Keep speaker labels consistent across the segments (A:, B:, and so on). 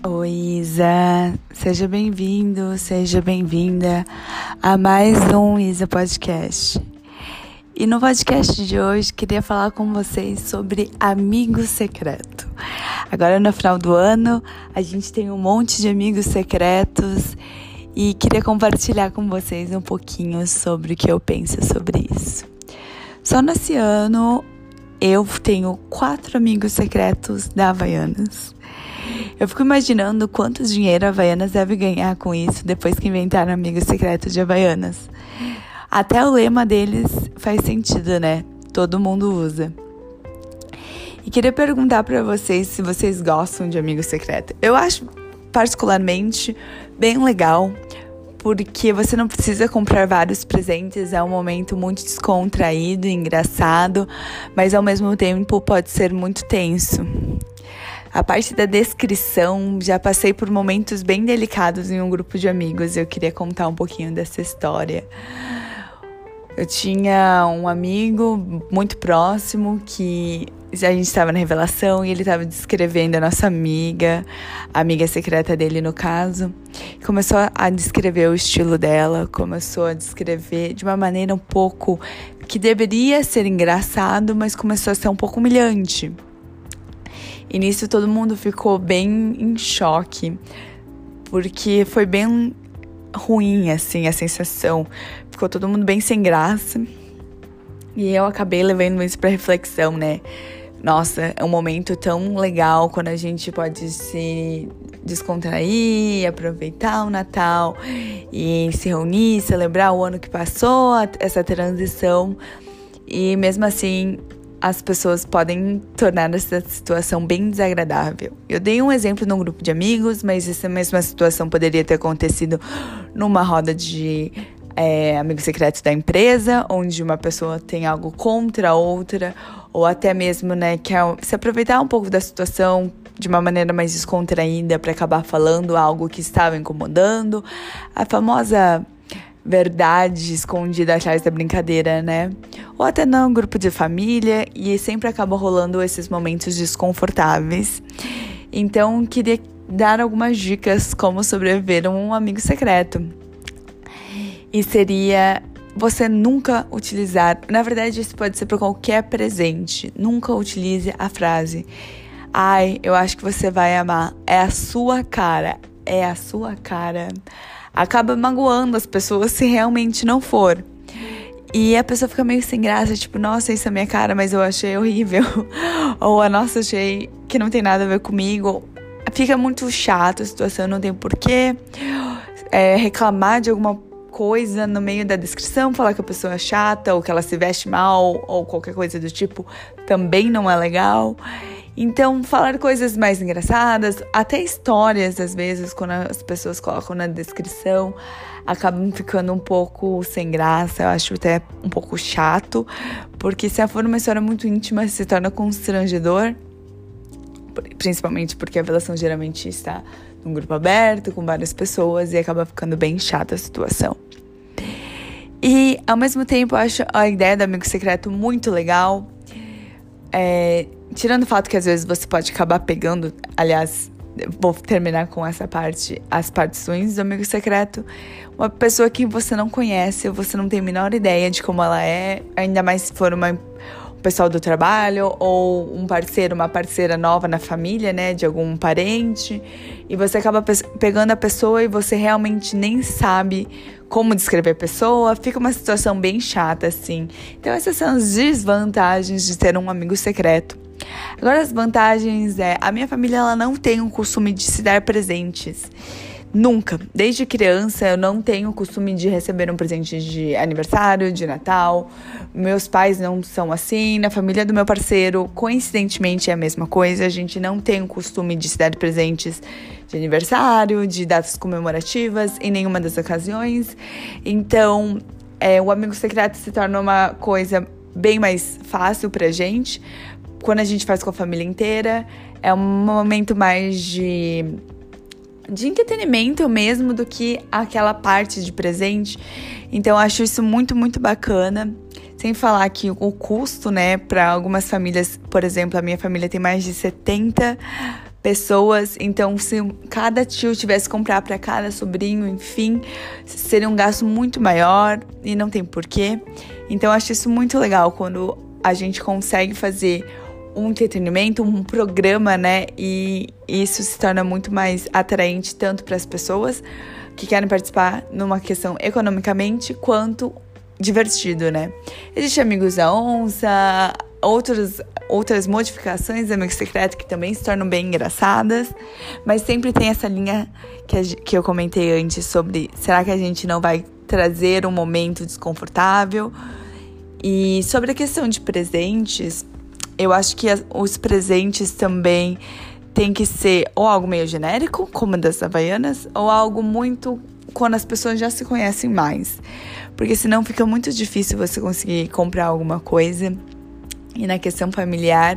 A: Oi, Isa, seja bem-vindo, seja bem-vinda a mais um Isa Podcast. E no podcast de hoje, queria falar com vocês sobre amigo secreto. Agora no final do ano, a gente tem um monte de amigos secretos e queria compartilhar com vocês um pouquinho sobre o que eu penso sobre isso. Só nesse ano, eu tenho 4 amigos secretos da Havaianas. Eu fico imaginando quanto dinheiro a Havaianas deve ganhar com isso depois que inventaram amigos secretos de Havaianas. Até o lema deles faz sentido, né? Todo mundo usa. E queria perguntar pra vocês se vocês gostam de amigo secreto. Eu acho particularmente bem legal, porque você não precisa comprar vários presentes, é um momento muito descontraído, engraçado, mas ao mesmo tempo pode ser muito tenso. A parte da descrição, já passei por momentos bem delicados em um grupo de amigos. Eu queria contar um pouquinho dessa história. Eu tinha um amigo muito próximo que a gente estava na revelação e ele estava descrevendo a nossa amiga, a amiga secreta dele no caso. Começou a descrever o estilo dela, começou a descrever de uma maneira um pouco que deveria ser engraçado, mas começou a ser um pouco humilhante. E nisso todo mundo ficou bem em choque, porque foi bem ruim, assim, a sensação. Ficou todo mundo bem sem graça. E eu acabei levando isso pra reflexão, né? Nossa, é um momento tão legal quando a gente pode se descontrair, aproveitar o Natal e se reunir, celebrar o ano que passou, essa transição. E mesmo assim, as pessoas podem tornar essa situação bem desagradável. Eu dei um exemplo num grupo de amigos, mas essa mesma situação poderia ter acontecido numa roda de amigos secretos da empresa, onde uma pessoa tem algo contra a outra, ou até mesmo, né, quer se aproveitar um pouco da situação de uma maneira mais descontraída para acabar falando algo que estava incomodando. A famosa verdade escondida atrás da brincadeira, né? Ou até num grupo de família, e sempre acaba rolando esses momentos desconfortáveis. Então, queria dar algumas dicas como sobreviver a um amigo secreto. E seria você nunca utilizar, na verdade isso pode ser para qualquer presente, nunca utilize a frase: "Ai, eu acho que você vai amar, é a sua cara", é a sua cara. Acaba magoando as pessoas se realmente não for. E a pessoa fica meio sem graça, tipo, nossa, isso é minha cara, mas eu achei horrível. Ou, nossa, achei que não tem nada a ver comigo. Fica muito chato a situação, não tem porquê reclamar de alguma coisa no meio da descrição, falar que a pessoa é chata, ou que ela se veste mal, ou qualquer coisa do tipo, também não é legal. Então, falar coisas mais engraçadas, até histórias, às vezes, quando as pessoas colocam na descrição, acabam ficando um pouco sem graça, eu acho até um pouco chato, porque se for uma história muito íntima, se torna constrangedor, principalmente porque a relação geralmente está num grupo aberto, com várias pessoas, e acaba ficando bem chata a situação. E, ao mesmo tempo, eu acho a ideia do amigo secreto muito legal. Tirando o fato que às vezes você pode acabar pegando, aliás, vou terminar com essa parte, as partes ruins do amigo secreto, uma pessoa que você não conhece, você não tem a menor ideia de como ela é, ainda mais se for um pessoal do trabalho, ou um parceiro, uma parceira nova na família, né, de algum parente, e você acaba pegando a pessoa e você realmente nem sabe como descrever a pessoa, fica uma situação bem chata, assim. Então essas são as desvantagens de ter um amigo secreto. Agora as vantagens a minha família ela não tem o costume de se dar presentes. Nunca. Desde criança eu não tenho o costume de receber um presente de aniversário, de Natal. Meus pais não são assim. Na família do meu parceiro, coincidentemente, é a mesma coisa. A gente não tem o costume de se dar presentes de aniversário, de datas comemorativas, em nenhuma das ocasiões. Então, o amigo secreto se torna uma coisa bem mais fácil pra gente. Quando a gente faz com a família inteira, é um momento mais de entretenimento mesmo do que aquela parte de presente. Então, eu acho isso muito, muito bacana. Sem falar que o custo, né, para algumas famílias, por exemplo, a minha família tem mais de 70 pessoas. Então, se cada tio tivesse que comprar para cada sobrinho, enfim, seria um gasto muito maior e não tem porquê. Então, eu acho isso muito legal quando a gente consegue fazer um entretenimento, um programa, né? E isso se torna muito mais atraente tanto para as pessoas que querem participar numa questão economicamente quanto divertido, né? Existe Amigos da Onça, outras modificações do Amigo Secreto que também se tornam bem engraçadas, mas sempre tem essa linha que eu comentei antes sobre será que a gente não vai trazer um momento desconfortável? E sobre a questão de presentes, eu acho que os presentes também tem que ser ou algo meio genérico, como das Havaianas, ou algo muito quando as pessoas já se conhecem mais. Porque senão fica muito difícil você conseguir comprar alguma coisa. E na questão familiar,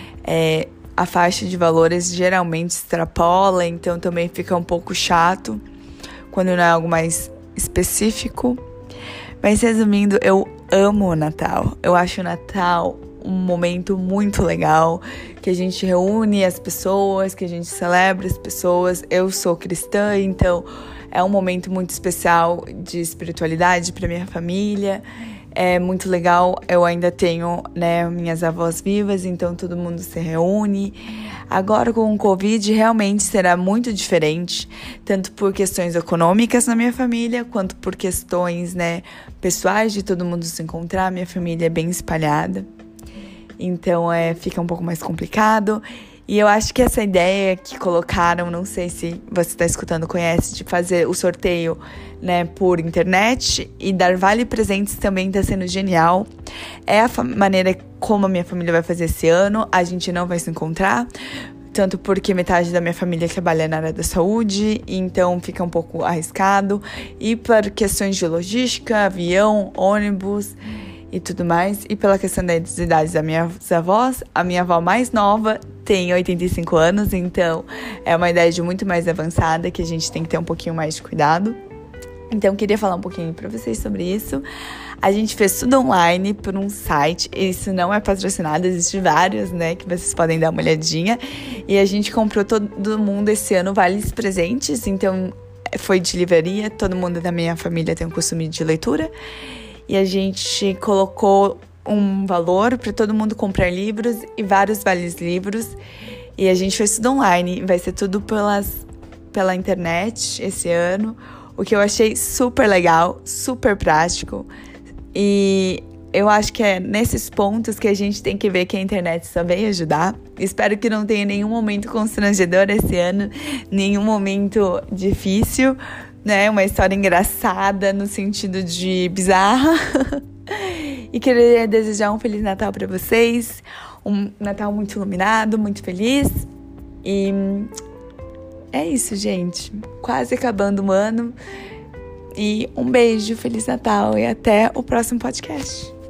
A: a faixa de valores geralmente extrapola, então também fica um pouco chato quando não é algo mais específico. Mas resumindo, eu amo o Natal. Eu acho o Natal um momento muito legal, que a gente reúne as pessoas, que a gente celebra as pessoas. Eu sou cristã, então é um momento muito especial de espiritualidade para minha família. É muito legal, eu ainda tenho, né, minhas avós vivas, então todo mundo se reúne. Agora com o Covid realmente será muito diferente, tanto por questões econômicas na minha família, quanto por questões, né, pessoais de todo mundo se encontrar. Minha família é bem espalhada, então fica um pouco mais complicado. E eu acho que essa ideia que colocaram, não sei se você está escutando, conhece, de fazer o sorteio, né, por internet e dar vale presentes também está sendo genial. É a maneira como a minha família vai fazer esse ano. A gente não vai se encontrar, tanto porque metade da minha família trabalha na área da saúde, então fica um pouco arriscado. E por questões de logística, avião, ônibus e tudo mais. E pela questão das idades das minhas avós, a minha avó mais nova tem 85 anos, então é uma idade muito mais avançada que a gente tem que ter um pouquinho mais de cuidado. Então, queria falar um pouquinho pra vocês sobre isso. A gente fez tudo online por um site. Isso não é patrocinado, existem vários, né, que vocês podem dar uma olhadinha. E a gente comprou todo mundo esse ano vales presentes, então foi de livraria. Todo mundo da minha família tem um costume de leitura. E a gente colocou um valor para todo mundo comprar livros e vários vales livros. E a gente fez tudo online. Vai ser tudo pela internet esse ano. O que eu achei super legal, super prático. E eu acho que é nesses pontos que a gente tem que ver que a internet só veio ajudar. Espero que não tenha nenhum momento constrangedor esse ano, nenhum momento difícil, né? Uma história engraçada no sentido de bizarra. E queria desejar um Feliz Natal para vocês. Um Natal muito iluminado, muito feliz. E é isso, gente. Quase acabando o ano. E um beijo, Feliz Natal e até o próximo podcast.